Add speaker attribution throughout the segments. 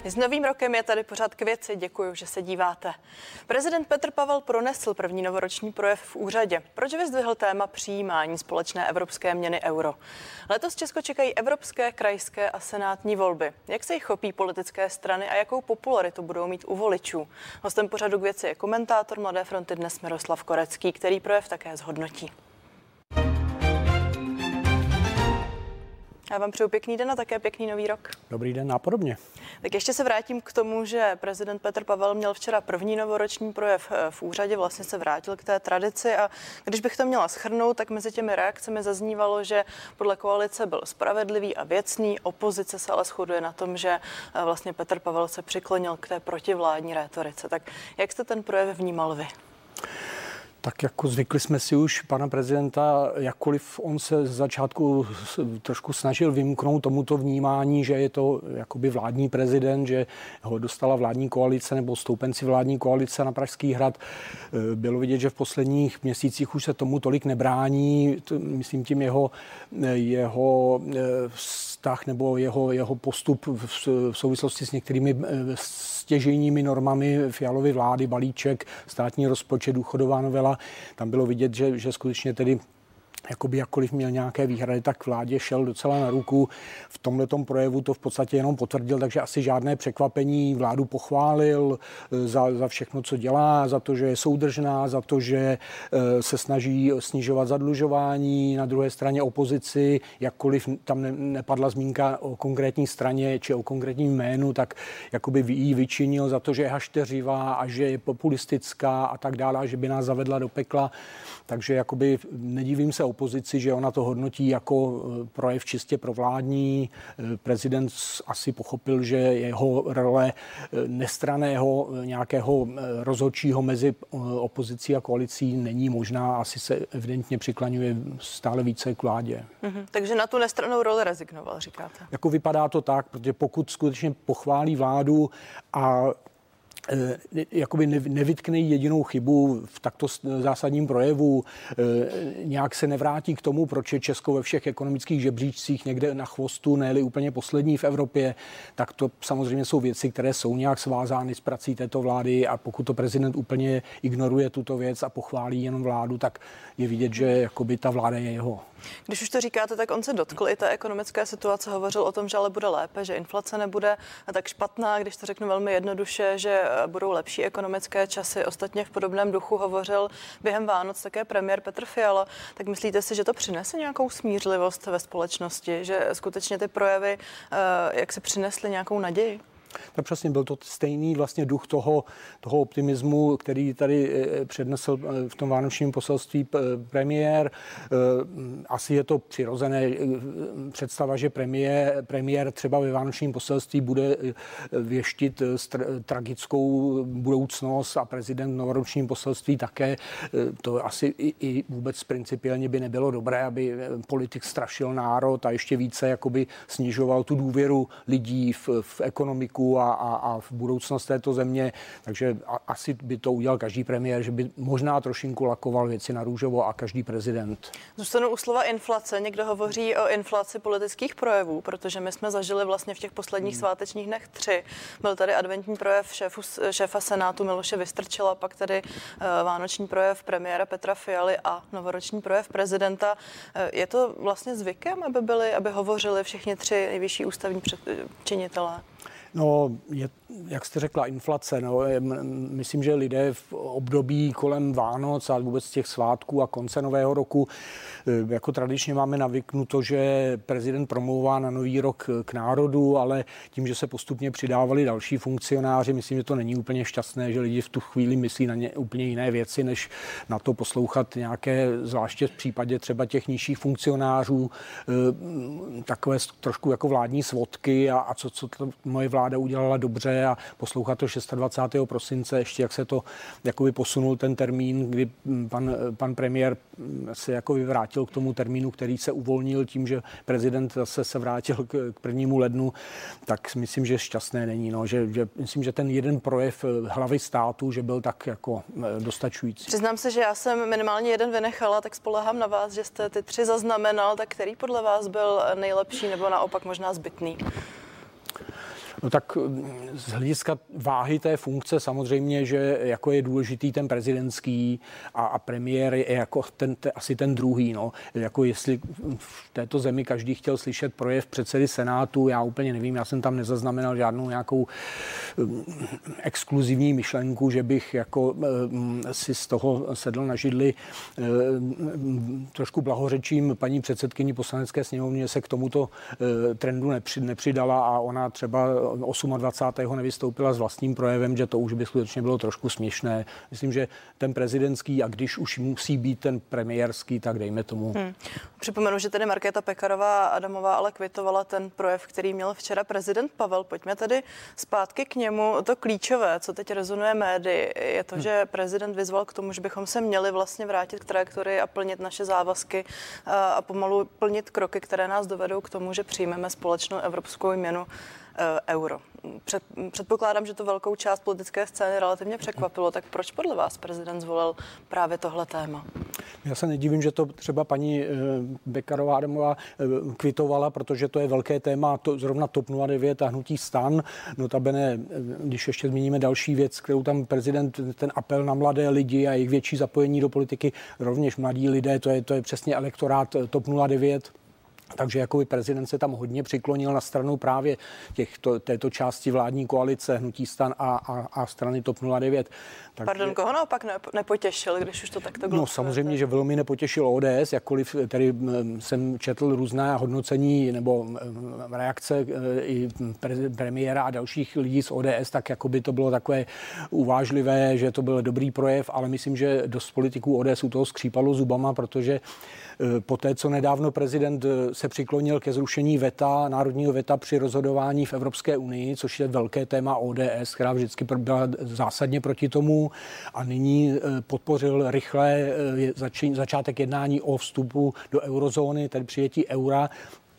Speaker 1: S novým rokem je tady pořád k věci, děkuji, že se díváte. Prezident Petr Pavel pronesl první novoroční projev v úřadě. Proč vyzdvihl téma přijímání společné evropské měny euro? Letos Česko čekají evropské, krajské a senátní volby. Jak se jich chopí politické strany a jakou popularitu budou mít u voličů? Hostem pořadu k věci je komentátor Mladé fronty Dnes Miroslav Korecký, který projev také zhodnotí. Já vám přeju pěkný den a také pěkný nový rok.
Speaker 2: Dobrý den, nápodobně.
Speaker 1: Tak ještě se vrátím k tomu, že prezident Petr Pavel měl včera první novoroční projev v úřadě, vlastně se vrátil k té tradici a když bych to měla shrnout, tak mezi těmi reakcemi zaznívalo, že podle koalice byl spravedlivý a věcný, opozice se ale shoduje na tom, že vlastně Petr Pavel se přiklonil k té protivládní rétorice. Tak jak jste ten projev vnímal vy?
Speaker 2: Tak jako zvykli jsme si už pana prezidenta, jakkoliv on se z začátku trošku snažil vymknout tomuto vnímání, že je to jakoby vládní prezident, že ho dostala vládní koalice nebo stoupenci vládní koalice na Pražský hrad. Bylo vidět, že v posledních měsících už se tomu tolik nebrání. Myslím tím jeho vztah nebo jeho postup v souvislosti s některými stěžejními normami Fialovy vlády, balíček, státní rozpočet, důchodová novela. Tam bylo vidět, že skutečně tedy jakkoliv měl nějaké výhrady, tak vládě šel docela na ruku. V tomhletom projevu to v podstatě jenom potvrdil, takže asi žádné překvapení. Vládu pochválil za všechno, co dělá, za to, že je soudržná, za to, že se snaží snižovat zadlužování. Na druhé straně opozici, jakkoliv tam nepadla zmínka o konkrétní straně či o konkrétním jménu, tak jakoby jí vyčinil za to, že je hašteřivá a že je populistická a tak dále, že by nás zavedla do pekla. Takže jakoby nedivím se opozici, že ona to hodnotí jako projev čistě provládní. Prezident asi pochopil, že jeho role nestranného nějakého rozhodčího mezi opozicí a koalicí není možná. Asi se evidentně přiklaňuje stále více k vládě.
Speaker 1: Takže na tu nestrannou roli rezignoval, říkáte?
Speaker 2: Jako vypadá to tak, protože pokud skutečně pochválí vládu a jakoby nevytkne jedinou chybu v takto zásadním projevu, nějak se nevrátí k tomu, proč je Česko ve všech ekonomických žebříčcích někde na chvostu, ne-li úplně poslední v Evropě, tak to samozřejmě jsou věci, které jsou nějak svázány s prací této vlády a pokud to prezident úplně ignoruje tuto věc a pochválí jenom vládu, tak je vidět, že jakoby ta vláda je jeho.
Speaker 1: Když už to říkáte, tak on se dotkl i té ekonomické situace, hovořil o tom, že ale bude lépe, že inflace nebude tak špatná, když to řeknu velmi jednoduše, že budou lepší ekonomické časy. Ostatně v podobném duchu hovořil během Vánoc také premiér Petr Fiala. Tak myslíte si, že to přinese nějakou smířlivost ve společnosti, že skutečně ty projevy jak se přinesly nějakou naději?
Speaker 2: Tak přesně byl to stejný vlastně duch toho optimismu, který tady přednesl v tom vánočním poselství premiér. Asi je to přirozené představa, že premiér třeba ve vánočním poselství bude věštit tragickou budoucnost a prezident v novoročním poselství také. To asi i vůbec principiálně by nebylo dobré, aby politik strašil národ a ještě více jakoby snižoval tu důvěru lidí v ekonomiku a v budoucnost této země, takže asi by to udělal každý premiér, že by možná trošinku lakoval věci na růžovo a každý prezident. Zůstanu
Speaker 1: u slova inflace. Někdo hovoří o inflaci politických projevů, protože my jsme zažili vlastně v těch posledních svátečních dnech 3. Byl tady adventní projev šéfa Senátu Miloše Vystrčila, pak tady vánoční projev premiéra Petra Fialy a novoroční projev prezidenta. Je to vlastně zvykem, aby hovořili všichni 3 nejvyšší ústavní činitelé?
Speaker 2: No, jak jste řekla, inflace. No, myslím, že lidé v období kolem Vánoc a vůbec těch svátků a konce nového roku, jako tradičně máme navyknuto, že prezident promlouvá na nový rok k národu, ale tím, že se postupně přidávali další funkcionáři, myslím, že to není úplně šťastné, že lidi v tu chvíli myslí na úplně jiné věci, než na to poslouchat nějaké, zvláště v případě třeba těch nižších funkcionářů, takové trošku jako vládní svodky a co to moje vláda udělala dobře a poslouchat to 26. prosince, ještě jak se to jakoby posunul ten termín, kdy pan premiér se jako vrátil k tomu termínu, který se uvolnil tím, že prezident zase se vrátil k 1. lednu, tak myslím, že šťastné není. No, že myslím, že ten jeden projev hlavy státu, že byl tak jako dostačující.
Speaker 1: Přiznám se, že já jsem minimálně jeden vynechala, tak spolehám na vás, že jste ty 3 zaznamenal, tak který podle vás byl nejlepší nebo naopak možná zbytný?
Speaker 2: No tak z hlediska váhy té funkce samozřejmě, že jako je důležitý ten prezidentský a premiér je jako asi ten druhý. No. Jako jestli v této zemi každý chtěl slyšet projev předsedy Senátu, já úplně nevím, já jsem tam nezaznamenal žádnou nějakou exkluzivní myšlenku, že bych jako si z toho sedl na židli. Trošku blahořečím paní předsedkyni Poslanecké sněmovny, se k tomuto trendu nepřidala a ona třeba 28. nevystoupila s vlastním projevem, že to už by skutečně bylo trošku směšné. Myslím, že ten prezidentský a když už musí být ten premiérský, tak dejme tomu.
Speaker 1: Připomenu, že tedy Markéta Pekarová Adamová ale kvitovala ten projev, který měl včera prezident Pavel. Pojďme tedy zpátky k němu. To klíčové, co teď rezonuje médii, je to, že prezident vyzval k tomu, že bychom se měli vlastně vrátit k trajektorii a plnit naše závazky a pomalu plnit kroky, které nás dovedou k tomu, že přijmeme společnou evropskou měnu euro. Předpokládám, že to velkou část politické scény relativně překvapilo, tak proč podle vás prezident zvolil právě tohle téma?
Speaker 2: Já se nedivím, že to třeba paní Pekarová Adamová kvitovala, protože to je velké téma, zrovna TOP 09 a hnutí STAN. Notabene, když ještě zmíníme další věc, kterou tam prezident, ten apel na mladé lidi a jejich větší zapojení do politiky, rovněž mladí lidé, to je přesně elektorát TOP 09. Takže jakoby prezident se tam hodně přiklonil na stranu právě této části vládní koalice hnutí STAN a strany TOP 09.
Speaker 1: Takže... Pardon, koho naopak nepotěšil, když už to takto bylo?
Speaker 2: No samozřejmě, že velmi nepotěšil ODS, jakkoliv tady jsem četl různá hodnocení nebo reakce i premiéra a dalších lidí z ODS, tak jako by to bylo takové uvážlivé, že to byl dobrý projev, ale myslím, že dost politiků ODS u toho skřípalo zubama, protože poté, co nedávno prezident se přiklonil ke zrušení veta, národního veta při rozhodování v Evropské unii, což je velké téma ODS, která vždycky byla zásadně proti tomu a nyní podpořil rychle začátek jednání o vstupu do eurozóny, tedy přijetí eura.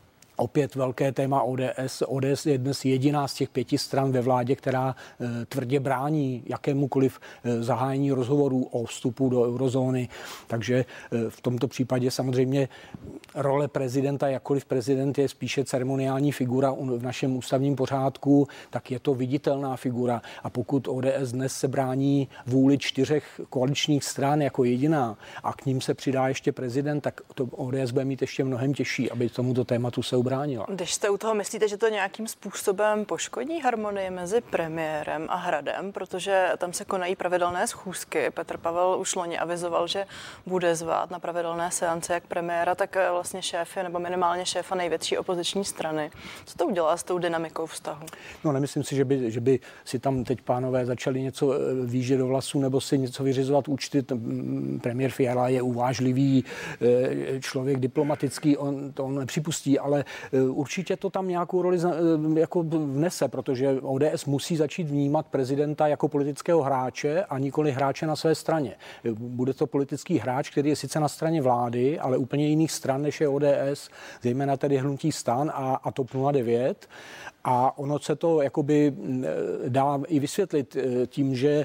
Speaker 2: Opět velké téma ODS. ODS je dnes jediná z těch 5 stran ve vládě, která tvrdě brání jakémukoliv zahájení rozhovorů o vstupu do eurozóny. Takže v tomto případě samozřejmě role prezidenta, jakkoliv prezident je spíše ceremoniální figura v našem ústavním pořádku, tak je to viditelná figura. A pokud ODS dnes se brání vůli 4 koaličních stran jako jediná a k ním se přidá ještě prezident, tak to ODS bude mít ještě mnohem těžší, aby tomuto tématu se ubránila.
Speaker 1: Když jste u toho, myslíte, že to nějakým způsobem poškodí harmonii mezi premiérem a Hradem, protože tam se konají pravidelné schůzky. Petr Pavel už loni avizoval, že bude zvát na pravidelné seance jak premiéra, tak vlastně šéfy nebo minimálně šéfa největší opoziční strany. Co to udělá s tou dynamikou vztahu?
Speaker 2: No, nemyslím si, že by si tam teď pánové začali něco výžet do vlasů nebo si něco vyřizovat účty. Premiér Fiala je uvážlivý člověk, diplomatický, on nepřipustí, ale určitě to tam nějakou roli jako vnese, protože ODS musí začít vnímat prezidenta jako politického hráče a nikoli hráče na své straně. Bude to politický hráč, který je sice na straně vlády, ale úplně jiných stran, než je ODS, zejména tedy hnutí STAN a TOP 09. A ono se to jakoby dá i vysvětlit tím, že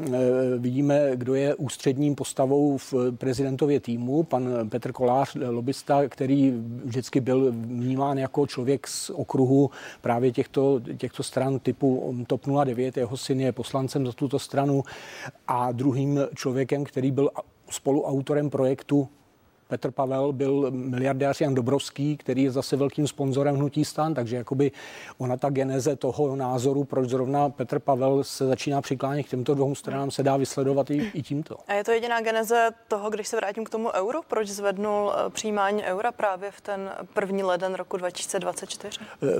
Speaker 2: vidíme, kdo je ústředním postavou v prezidentově týmu, pan Petr Kolář, lobista, který vždycky byl vnímán jako člověk z okruhu právě těchto stran typu TOP 09, jeho syn je poslancem za tuto stranu a druhým člověkem, který byl spoluautorem projektu Petr Pavel, byl miliardář Jan Dobrovský, který je zase velkým sponzorem hnutí STAN, takže jakoby ona ta geneze toho názoru, proč zrovna Petr Pavel se začíná přiklánět k těmto 2 stranám, se dá vysledovat i tímto.
Speaker 1: A je to jediná geneze toho, když se vrátím k tomu euru, proč zvednul přijímání eura právě v ten 1. leden roku 2024?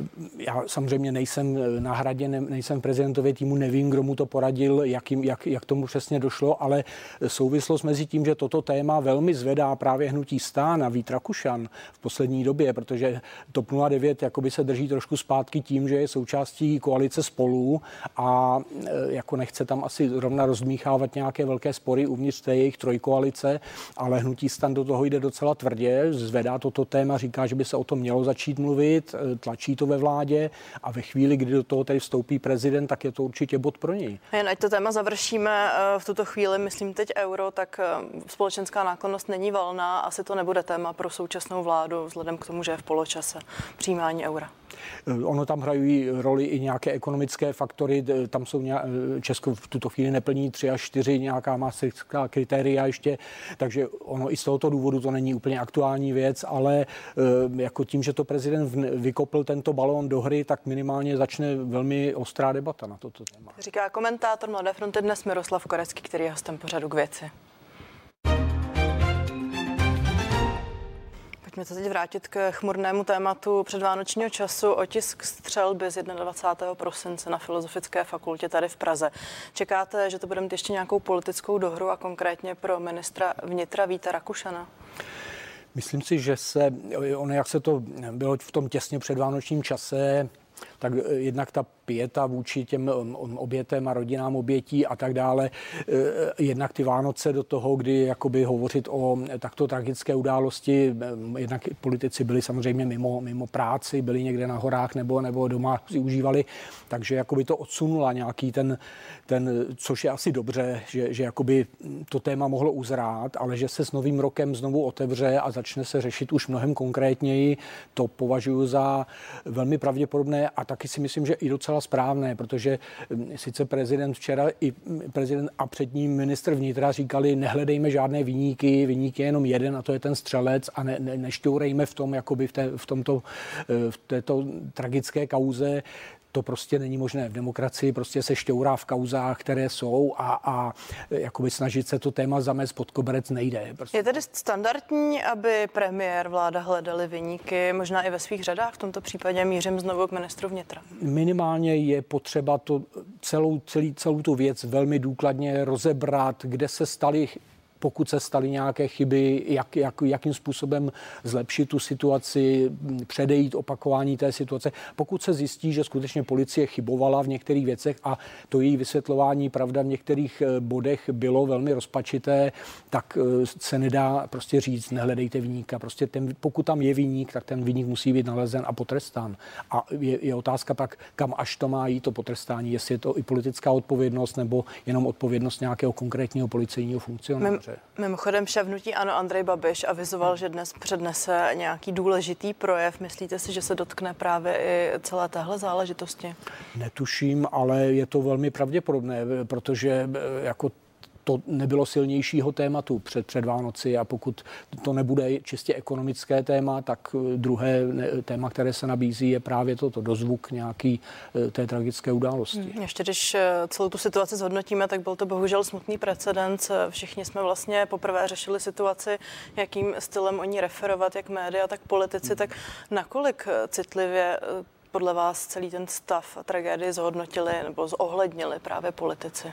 Speaker 2: Já samozřejmě nejsem na Hradě, nejsem prezidentově týmu, nevím, kdo mu to poradil, jak tomu přesně došlo, ale souvislost mezi tím, že toto téma velmi zvedá právě hnutí STAN a Vít Rakušan v poslední době, protože TOP 09 jakoby se drží trošku zpátky tím, že je součástí koalice Spolu a jako nechce tam asi zrovna rozdmíchávat nějaké velké spory uvnitř té jejich trojkoalice, ale hnutí STAN do toho jde docela tvrdě, zvedá toto téma, říká, že by se o tom mělo začít mluvit, tlačí to ve vládě a ve chvíli, kdy do toho tady vstoupí prezident, tak je to určitě bod pro něj.
Speaker 1: Jen ať to téma završíme v tuto chvíli, myslím teď euro, tak společenská náklonnost není valná a asi to nebude téma pro současnou vládu, vzhledem k tomu, že je v poločase přijímání eura.
Speaker 2: Ono tam hrají roli i nějaké ekonomické faktory, tam jsou Česko v tuto chvíli neplní 3 až 4 nějaká maastrichtská kritéria ještě, takže ono i z tohoto důvodu to není úplně aktuální věc, ale jako tím, že to prezident vykopl tento balón do hry, tak minimálně začne velmi ostrá debata na toto téma.
Speaker 1: Říká komentátor Mladé fronty dnes Miroslav Korecký, který je hostem pořadu K věci. Pojďme se teď vrátit k chmurnému tématu předvánočního času. Otisk střelby z 21. prosince na Filozofické fakultě tady v Praze. Čekáte, že to bude mít ještě nějakou politickou dohru a konkrétně pro ministra vnitra Víta Rakušana?
Speaker 2: Myslím si, že jak se to bylo v tom těsně předvánočním čase, tak jednak ta pieta vůči těm obětem a rodinám obětí a tak dále. Jednak ty Vánoce do toho, kdy jakoby hovořit o takto tragické události, jednak politici byli samozřejmě mimo práci, byli někde na horách nebo doma si užívali, takže jakoby to odsunula nějaký ten což je asi dobře, že jakoby to téma mohlo uzrát, ale že se s novým rokem znovu otevře a začne se řešit už mnohem konkrétněji, to považuji za velmi pravděpodobné a taky si myslím, že i docela správné, protože sice prezident včera i prezident a před ním ministr vnitra říkali, nehledejme žádné viníky, viník je jenom jeden a to je ten střelec a nešťourejme v tom, jakoby v této tragické kauze. To prostě není možné. V demokracii prostě se šťourá v kauzách, které jsou a jakoby snažit se to téma zamést pod koberec nejde. Prostě.
Speaker 1: Je tedy standardní, aby premiér, vláda hledali viníky, možná i ve svých řadách, v tomto případě mířím znovu k ministru vnitra? Minimálně
Speaker 2: je potřeba to celou tu věc velmi důkladně rozebrat, kde se staly, pokud se staly nějaké chyby, jakým způsobem zlepšit tu situaci, předejít opakování té situace. Pokud se zjistí, že skutečně policie chybovala v některých věcech a to její vysvětlování, pravda, v některých bodech bylo velmi rozpačité, tak se nedá prostě říct, nehledejte viníka. Prostě pokud tam je viník, tak ten viník musí být nalezen a potrestán. A je otázka pak, kam až to má jít to potrestání, jestli je to i politická odpovědnost nebo jenom odpovědnost nějakého konkrétního policejního funkcionáře.
Speaker 1: Mimochodem šéf hnutí ANO Andrej Babiš avizoval, že dnes přednese nějaký důležitý projev. Myslíte si, že se dotkne právě i celé téhle záležitosti?
Speaker 2: Netuším, ale je to velmi pravděpodobné, protože jako to nebylo silnějšího tématu před Vánoci a pokud to nebude čistě ekonomické téma, tak druhé téma, které se nabízí, je právě toto dozvuk nějaký té tragické události.
Speaker 1: Ještě když celou tu situaci zhodnotíme, tak byl to bohužel smutný precedens. Všichni jsme vlastně poprvé řešili situaci, jakým stylem oni referovat, jak média, tak politici, tak nakolik citlivě podle vás celý ten stav a tragédii zhodnotili nebo zohlednili právě politici?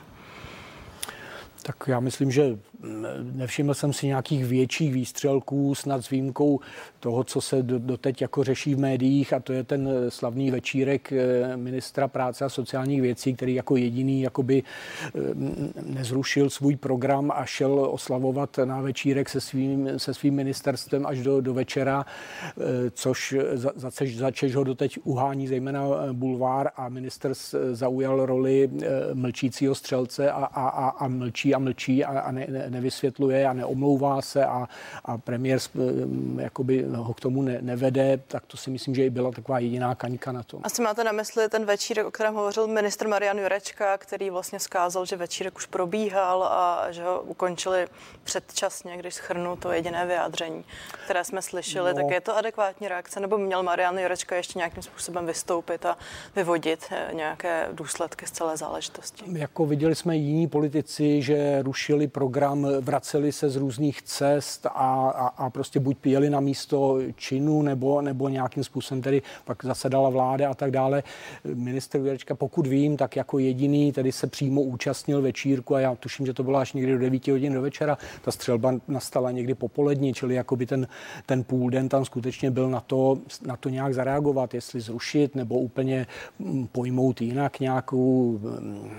Speaker 2: Tak já myslím, že nevšiml jsem si nějakých větších výstřelků, snad s výjimkou toho, co se doteď jako řeší v médiích, a to je ten slavný večírek ministra práce a sociálních věcí, který jako jediný jakoby nezrušil svůj program a šel oslavovat na večírek se svým ministerstvem až do večera, což začež ho doteď uhání zejména Bulvár a minister zaujal roli mlčícího střelce a mlčí a nevysvětluje a neomlouvá se a premiér jakoby ho k tomu nevede, tak to si myslím, že i byla taková jediná kaňka na tom.
Speaker 1: Asi máte na mysli ten večírek, o kterém hovořil ministr Marian Jurečka, který vlastně vzkázal, že večírek už probíhal a že ho ukončili předčasně, když shrnu to jediné vyjádření, které jsme slyšeli. Tak je to adekvátní reakce, nebo měl Marian Jurečka ještě nějakým způsobem vystoupit a vyvodit nějaké důsledky z celé záležitosti?
Speaker 2: Jako viděli jsme jiní politici, že rušili program, vraceli se z různých cest a prostě buď jeli na místo činu nebo nějakým způsobem tedy pak zasedala vláda a tak dále. Ministr Jurečka, pokud vím, tak jako jediný tedy se přímo účastnil večírku a já tuším, že to bylo až někdy do 9 hodin do večera. Ta střelba nastala někdy popolední, čili jakoby ten půl den tam skutečně byl na to nějak zareagovat, jestli zrušit nebo úplně pojmout jinak nějakou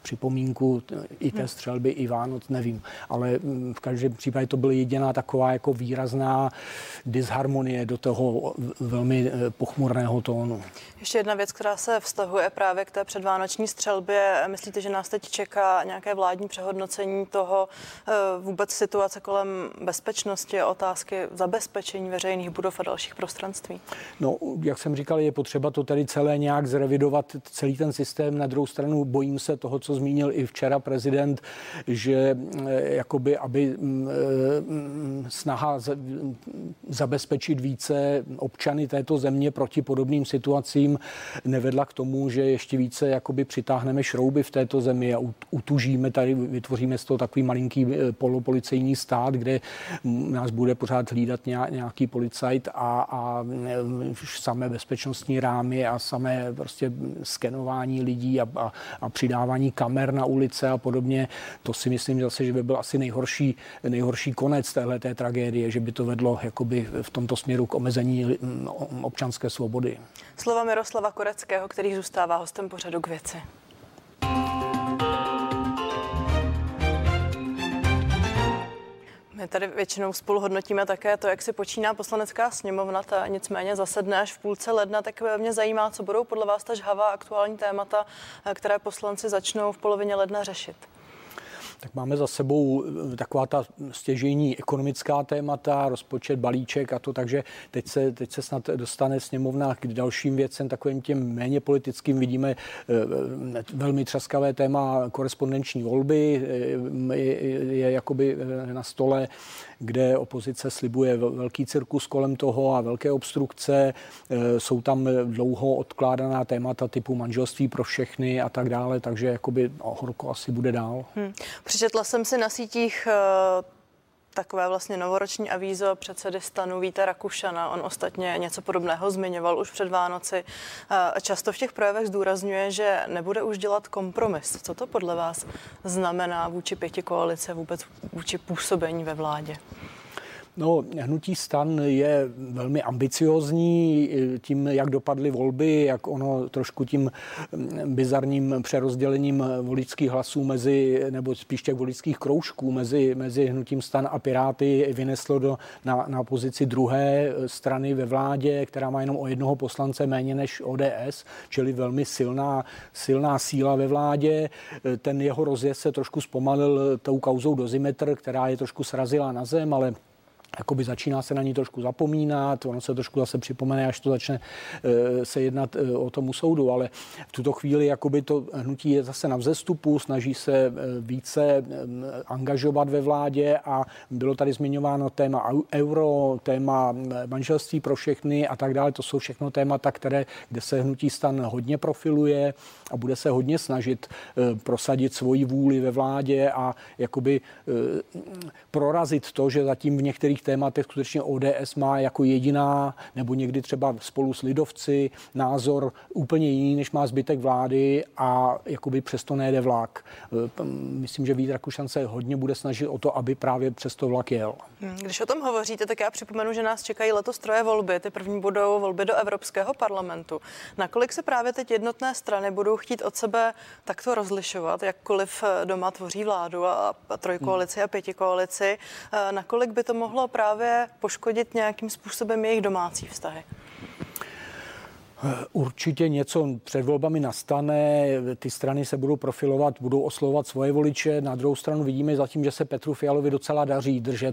Speaker 2: připomínku i té střelby, i Vánoc, nevím. Ale v každém případě to byla jediná taková jako výrazná disharmonie do toho velmi pochmurného tónu.
Speaker 1: Ještě jedna věc, která se vztahuje právě k té předvánoční střelbě. Myslíte, že nás teď čeká nějaké vládní přehodnocení toho vůbec situace kolem bezpečnosti a otázky zabezpečení veřejných budov a dalších prostranství?
Speaker 2: No, jak jsem říkal, je potřeba to tady celé nějak zrevidovat, celý ten systém. Na druhou stranu bojím se toho, co zmínil i včera prezident, že jakoby, aby snaha zabezpečit více občany této země proti podobným situacím nevedla k tomu, že ještě více jakoby přitáhneme šrouby v této zemi a utužíme tady, vytvoříme z toho takový malinký polopolicejní stát, kde nás bude pořád hlídat nějaký policajt a samé bezpečnostní rámy a samé prostě skenování lidí a přidávání kamer na ulice a podobně. To si myslím zase, že by byl asi nejhorší konec téhleté tragédie, že by to vedlo jakoby v tomto směru k omezení občanské svobody.
Speaker 1: Slova Miroslava Koreckého, který zůstává hostem pořadu K věci. My tady většinou spolu hodnotíme také to, jak si počíná Poslanecká sněmovna, ta nicméně zasedne až v půlce ledna, tak mě zajímá, co budou podle vás ta žhavá aktuální témata, které poslanci začnou v polovině ledna řešit.
Speaker 2: Tak máme za sebou taková ta stěžejní ekonomická témata, rozpočet, balíček a to, takže teď se snad dostane sněmovna k dalším věcem, takovým těm méně politickým. Vidíme velmi třaskavé téma korespondenční volby, je jakoby na stole, kde opozice slibuje velký cirkus kolem toho a velké obstrukce. Jsou tam dlouho odkládaná témata typu manželství pro všechny a tak dále, takže jakoby horko asi bude dál.
Speaker 1: Přečetla jsem si na sítích takové vlastně novoroční avízo předsedy STANu Víta Rakušana. On ostatně něco podobného zmiňoval už před Vánoci. Často v těch projevech zdůrazňuje, že nebude už dělat kompromis. Co to podle vás znamená vůči pětikoalici, vůbec vůči působení ve vládě?
Speaker 2: No, hnutí STAN je velmi ambiciózní tím, jak dopadly volby, jak ono trošku tím bizarním přerozdělením voličských hlasů nebo spíš těch voličských kroužků mezi hnutím STAN a Piráty vyneslo na pozici druhé strany ve vládě, která má jenom o jednoho poslance méně než ODS, čili velmi silná síla ve vládě. Ten jeho rozjezd se trošku zpomalil tou kauzou Dozimetr, která je trošku srazila na zem, ale jakoby začíná se na ní trošku zapomínat, ono se trošku zase připomene, až to začne se jednat o tomu soudu, ale v tuto chvíli jakoby to hnutí je zase na vzestupu, snaží se více angažovat ve vládě a bylo tady zmiňováno téma euro, téma manželství pro všechny a tak dále. To jsou všechno témata, kde se hnutí STAN hodně profiluje a bude se hodně snažit prosadit svoji vůli ve vládě a jakoby prorazit to, že zatím v některých tématech skutečně ODS má jako jediná, nebo někdy třeba spolu s lidovci, názor úplně jiný, než má zbytek vlády a jakoby přesto nejede vlak. Myslím, že Vít Rakušan se hodně bude snažit o to, aby právě přesto vlak jel.
Speaker 1: Když o tom hovoříte, tak já připomenu, že nás čekají letos 3 volby. Ty první budou volby do Evropského parlamentu. Nakolik se právě teď jednotné strany budou chtít od sebe takto rozlišovat, jakkoliv doma tvoří vládu a trojkoalici a pětikoalici, nakolik by to mohlo právě poškodit nějakým způsobem jejich domácí vztahy?
Speaker 2: Určitě něco před volbami nastane, ty strany se budou profilovat, budou oslovovat svoje voliče. Na druhou stranu vidíme zatím, že se Petru Fialovi docela daří držet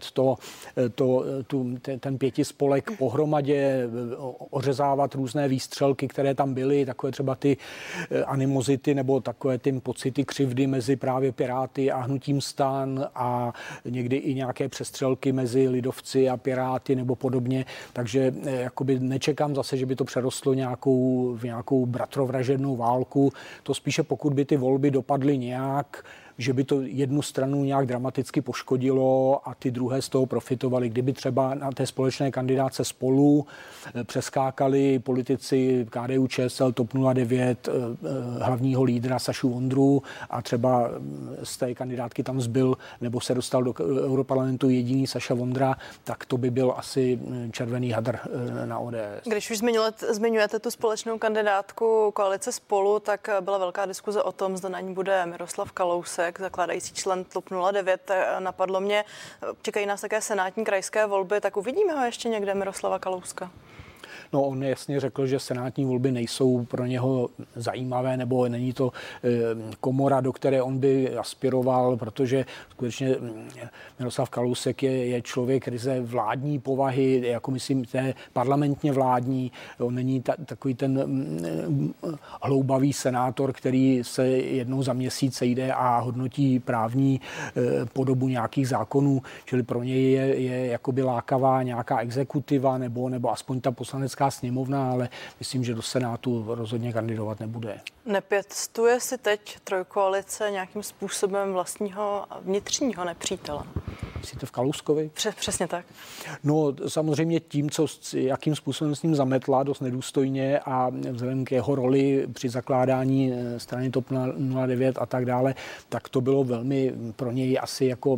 Speaker 2: ten pětispolek pohromadě, ořezávat různé výstřelky, které tam byly, takové třeba ty animozity nebo takové ty pocity křivdy mezi právě Piráty a hnutím STAN a někdy i nějaké přestřelky mezi lidovci a Piráty nebo podobně. Takže jakoby nečekám zase, že by to přerostlo nějakou bratrovražednou válku. To spíše pokud by ty volby dopadly nějak, že by to jednu stranu nějak dramaticky poškodilo a ty druhé z toho profitovali. Kdyby třeba na té společné kandidátce Spolu přeskákali politici KDU, ČSL, TOP 09, hlavního lídra Sašu Vondru a třeba z té kandidátky tam zbyl nebo se dostal do europarlamentu jediný Saša Vondra, tak to by byl asi červený hadr na ODS.
Speaker 1: Když už zmiňujete tu společnou kandidátku koalice Spolu, tak byla velká diskuze o tom, zda na ní bude Miroslav Kalousek, zakládající člen TOP 09. Napadlo mě, čekají nás také senátní krajské volby, tak uvidíme ho ještě někde, Miroslava Kalouska?
Speaker 2: No, on jasně řekl, že senátní volby nejsou pro něho zajímavé, nebo není to komora, do které on by aspiroval, protože skutečně Miroslav Kalousek je člověk ryze vládní povahy, jako myslím, té parlamentně vládní. On není takový ten hloubavý senátor, který se jednou za měsíc sejde a hodnotí právní podobu nějakých zákonů, čili pro něj je jakoby lákavá nějaká exekutiva nebo aspoň ta poslanecká sněmovna, ale myslím, že do Senátu rozhodně kandidovat nebude.
Speaker 1: Nepěstuje si teď trojkoalice nějakým způsobem vlastního vnitřního nepřítele?
Speaker 2: Myslíte v Kalouskovi?
Speaker 1: Přesně tak.
Speaker 2: No samozřejmě tím, jakým způsobem s ním zametla dost nedůstojně a vzhledem k jeho roli při zakládání strany TOP 09 a tak dále, tak to bylo velmi pro něj asi jako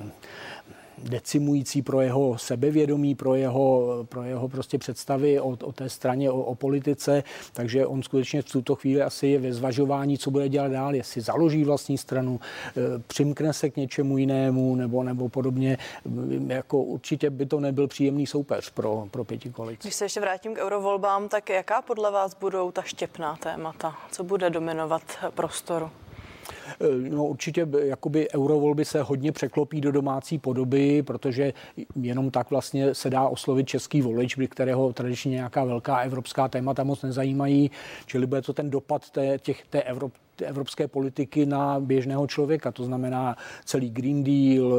Speaker 2: decimující pro jeho sebevědomí, pro jeho prostě představy o té straně, o politice, takže on skutečně v tuto chvíli asi je ve zvažování, co bude dělat dál, jestli založí vlastní stranu, přimkne se k něčemu jinému nebo podobně. Jako určitě by to nebyl příjemný soupeř pro pětikoalici.
Speaker 1: Když se ještě vrátím k eurovolbám, tak jaká podle vás budou ta štěpná témata? Co bude dominovat prostoru?
Speaker 2: No určitě jakoby eurovolby se hodně překlopí do domácí podoby, protože jenom tak vlastně se dá oslovit český volič, kterého tradičně nějaká velká evropská témata moc nezajímají, čili bude to ten dopad té evropské politiky na běžného člověka. To znamená celý Green Deal,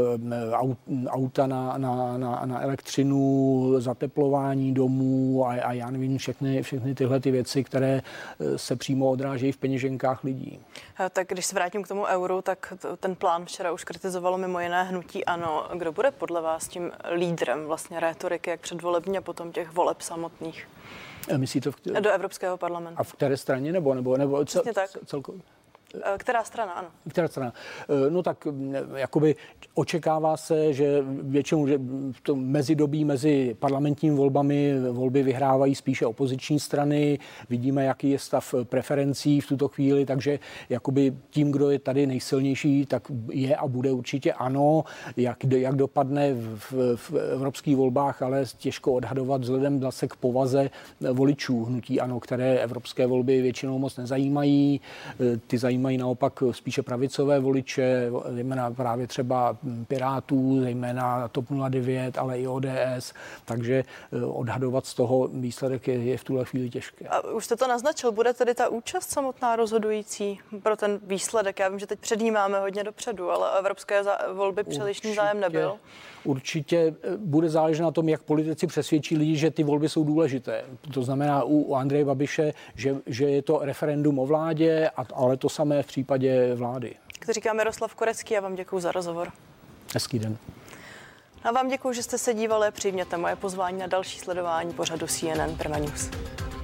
Speaker 2: auta na elektřinu, zateplování domů a já nevím, všechny tyhle ty věci, které se přímo odrážejí v peněženkách lidí.
Speaker 1: Tak když se vrátím k tomu euru, tak ten plán včera už kritizovalo mimo jiné hnutí ANO. Kdo bude podle vás tím lídrem vlastně rétoriky, jak předvolební a potom těch voleb samotných?
Speaker 2: Myslíte
Speaker 1: do Evropského parlamentu.
Speaker 2: A v které straně nebo celkově?
Speaker 1: Která strana, ano.
Speaker 2: Která strana? No tak jakoby očekává se, že většinou že v tom mezidobí mezi parlamentními volby vyhrávají spíše opoziční strany. Vidíme, jaký je stav preferencí v tuto chvíli, takže jakoby tím, kdo je tady nejsilnější, tak je a bude určitě ANO. Jak dopadne v evropských volbách, ale těžko odhadovat vzhledem zase k povaze voličů hnutí ANO, které evropské volby většinou moc nezajímají. Ty zajímají naopak spíše pravicové voliče, zejména právě třeba Pirátů, zejména TOP 09, ale i ODS, takže odhadovat z toho výsledek je v tuhle chvíli těžké.
Speaker 1: A už jste to naznačil, bude tedy ta účast samotná rozhodující pro ten výsledek? Já vím, že teď předjímáme hodně dopředu, ale evropské volby přílišný zájem nebyl.
Speaker 2: Určitě bude záležet na tom, jak politici přesvědčí lidi, že ty volby jsou důležité. To znamená u Andreje Babiše, že je to referendum o vládě, ale to samé v případě vlády.
Speaker 1: Jak říká Miroslav Korecký, já vám děkuju za rozhovor.
Speaker 2: Hezký den.
Speaker 1: A vám děkuju, že jste se dívali. Přijměte moje pozvání na další sledování pořadu CNN Prima News.